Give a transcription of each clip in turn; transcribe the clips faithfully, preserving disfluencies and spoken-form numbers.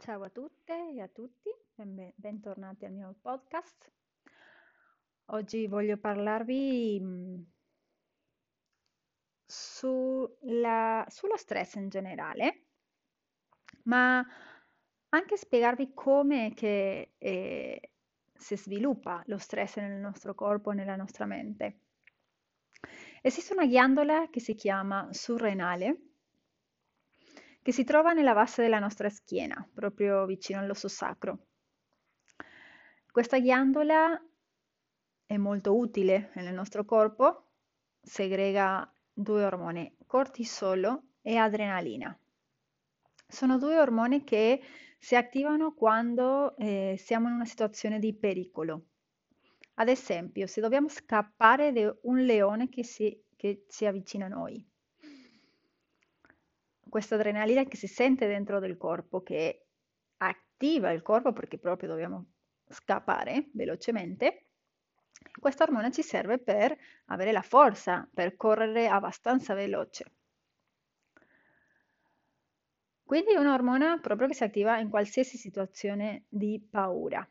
Ciao a tutte e a tutti, benve- bentornati al mio podcast. Oggi voglio parlarvi mh, sulla- sullo stress in generale, ma anche spiegarvi come che, eh, si sviluppa lo stress nel nostro corpo e nella nostra mente. Esiste una ghiandola che si chiama surrenale, che si trova nella base della nostra schiena, proprio vicino all'osso sacro. Questa ghiandola è molto utile nel nostro corpo, segrega due ormoni, cortisolo e adrenalina. Sono due ormoni che si attivano quando eh, siamo in una situazione di pericolo. Ad esempio, se dobbiamo scappare da un leone che si, che si avvicina a noi. Questa adrenalina che si sente dentro del corpo, che attiva il corpo perché proprio dobbiamo scappare velocemente, questa ormone ci serve per avere la forza, per correre abbastanza veloce. Quindi è un'ormona proprio che si attiva in qualsiasi situazione di paura.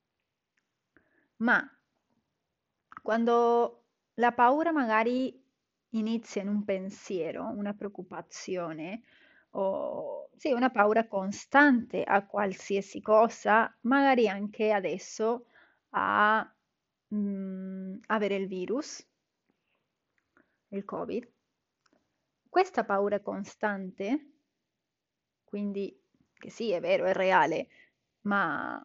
Ma quando la paura magari inizia in un pensiero, una preoccupazione o sì, una paura costante a qualsiasi cosa, magari anche adesso a mm, avere il virus, il Covid. Questa paura costante, quindi che sì, è vero, è reale, ma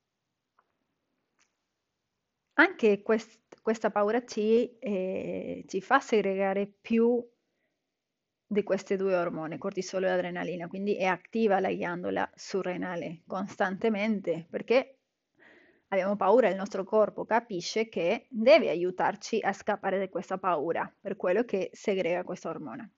anche quest- questa paura ci, eh, ci fa segregare più di queste due ormoni, cortisolo e adrenalina, quindi è attiva la ghiandola surrenale costantemente perché abbiamo paura, il nostro corpo capisce che deve aiutarci a scappare da questa paura, per quello che segrega questo ormone.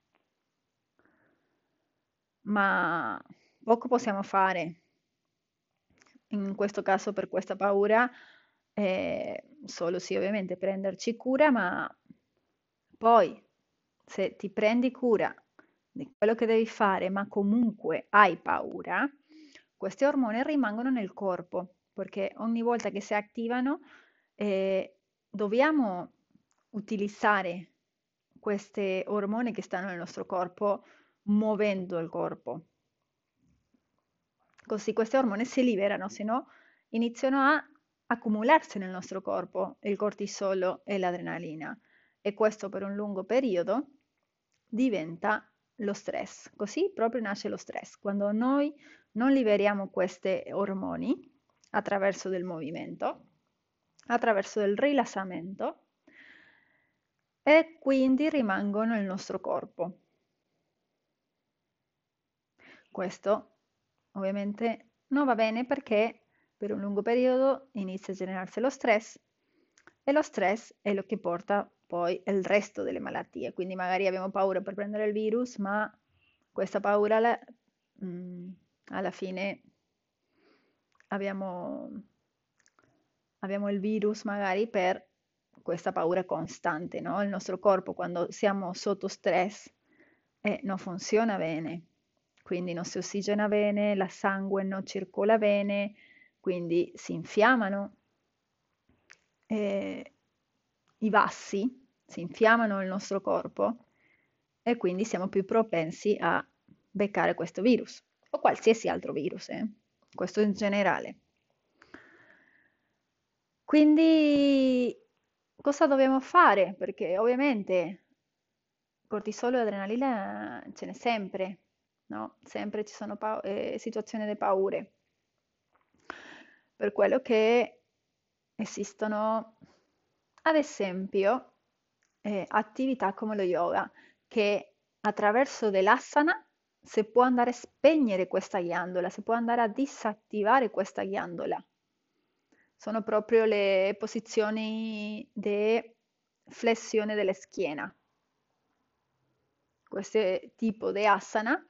Ma poco possiamo fare in questo caso per questa paura, eh, solo sì, ovviamente prenderci cura, ma poi se ti prendi cura di quello che devi fare, ma comunque hai paura, questi ormoni rimangono nel corpo, perché ogni volta che si attivano, eh, dobbiamo utilizzare questi ormoni che stanno nel nostro corpo muovendo il corpo. Così questi ormoni si liberano, se no iniziano a accumularsi nel nostro corpo il cortisolo e l'adrenalina e questo per un lungo periodo diventa lo stress. Così proprio nasce lo stress, quando noi non liberiamo questi ormoni attraverso del movimento, attraverso del rilassamento e quindi rimangono nel nostro corpo. Questo ovviamente non va bene perché per un lungo periodo inizia a generarsi lo stress e lo stress è lo che porta poi il resto delle malattie. Quindi magari abbiamo paura per prendere il virus, ma questa paura la- mm, alla fine abbiamo, abbiamo il virus magari per questa paura costante, no? Il nostro corpo quando siamo sotto stress eh, non funziona bene, quindi non si ossigena bene, la sangue non circola bene, quindi si infiammano eh, i vassi, si infiammano il nostro corpo e quindi siamo più propensi a beccare questo virus o qualsiasi altro virus, eh. Questo in generale. Quindi cosa dobbiamo fare? Perché ovviamente cortisolo e adrenalina ce n'è sempre, no? Sempre ci sono pau- eh, situazioni di paure. Per quello che esistono, ad esempio, eh, attività come lo yoga, che attraverso dell'asana si può andare a spegnere questa ghiandola, si può andare a disattivare questa ghiandola. Sono proprio le posizioni di flessione della schiena. Questo tipo di asana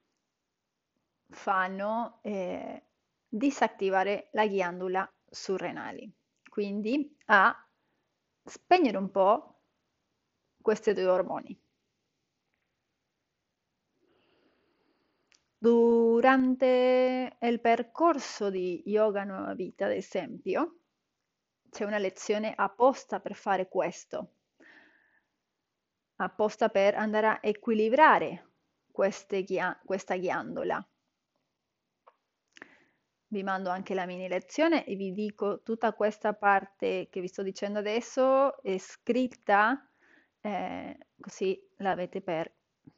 fanno eh, disattivare la ghiandola surrenale, quindi a spegnere un po' questi due ormoni. Durante il percorso di Yoga Nuova Vita, ad esempio, c'è una lezione apposta per fare questo, apposta per andare a equilibrare queste ghia- questa ghiandola. Vi mando anche la mini lezione e vi dico tutta questa parte che vi sto dicendo adesso è scritta, eh, così l'avete per,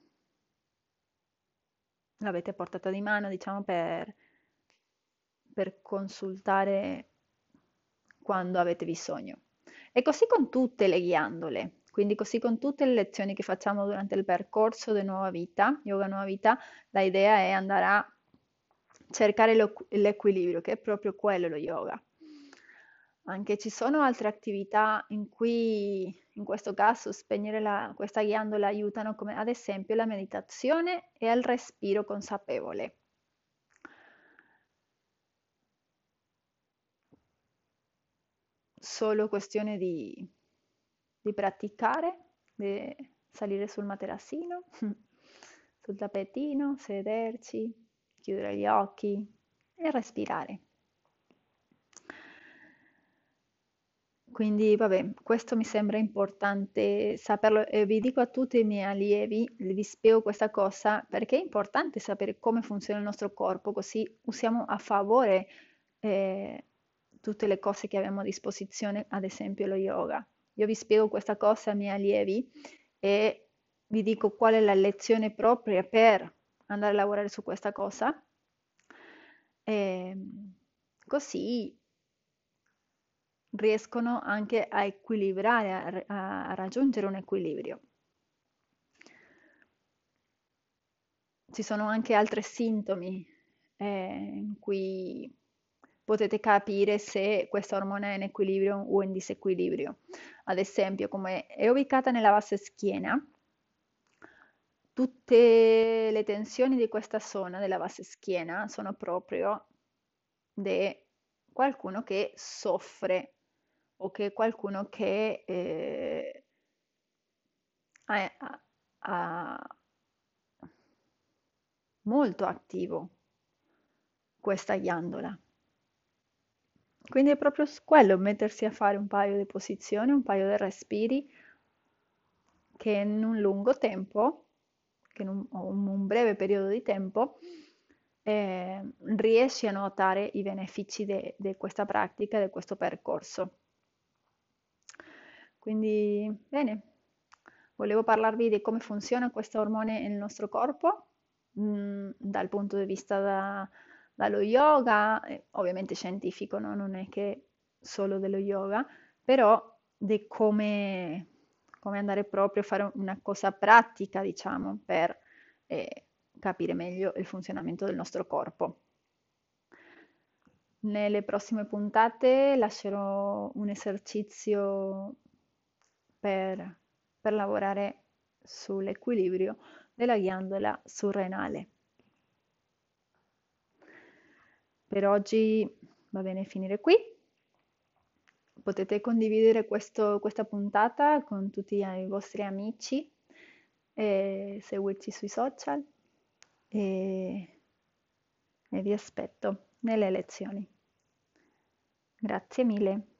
l'avete portata di mano, diciamo, per, per consultare quando avete bisogno. E così con tutte le ghiandole, quindi così con tutte le lezioni che facciamo durante il percorso di Nuova Vita, Yoga Nuova Vita, la idea è andare a cercare l'equ- l'equilibrio, che è proprio quello lo yoga. Anche ci sono altre attività in cui, in questo caso, spegnere la- questa ghiandola aiutano, come ad esempio la meditazione e il respiro consapevole. Solo questione di, di praticare, di salire sul materassino, sul tappetino, sederci, chiudere gli occhi e respirare. Quindi, vabbè, questo mi sembra importante saperlo e vi dico a tutti i miei allievi, vi spiego questa cosa perché è importante sapere come funziona il nostro corpo, così usiamo a favore eh, tutte le cose che abbiamo a disposizione, ad esempio lo yoga. Io vi spiego questa cosa ai miei allievi e vi dico qual è la lezione propria per andare a lavorare su questa cosa. E così riescono anche a equilibrare, a, a raggiungere un equilibrio. Ci sono anche altri sintomi eh, in cui potete capire se questo ormone è in equilibrio o in disequilibrio. Ad esempio, come è ubicata nella base schiena, tutte le tensioni di questa zona della base schiena sono proprio di qualcuno che soffre o che qualcuno che eh, ha, ha- ha molto attivo questa ghiandola. Quindi è proprio s- quello, mettersi a fare un paio di posizioni, un paio di respiri che in un lungo tempo, che in un, o un, un breve periodo di tempo, eh, riesci a notare i benefici di questa pratica, di questo percorso. Quindi, bene, volevo parlarvi di come funziona questo ormone nel nostro corpo, mh, dal punto di vista da- dallo yoga, eh, ovviamente scientifico, no? Non è che solo dello yoga, però di come, come andare proprio a fare una cosa pratica, diciamo, per eh, capire meglio il funzionamento del nostro corpo. Nelle prossime puntate lascerò un esercizio per, per lavorare sull'equilibrio della ghiandola surrenale. Per oggi va bene finire qui. Potete condividere questo- questa puntata con tutti i vostri amici e seguirci sui social e, e vi aspetto nelle lezioni. Grazie mille.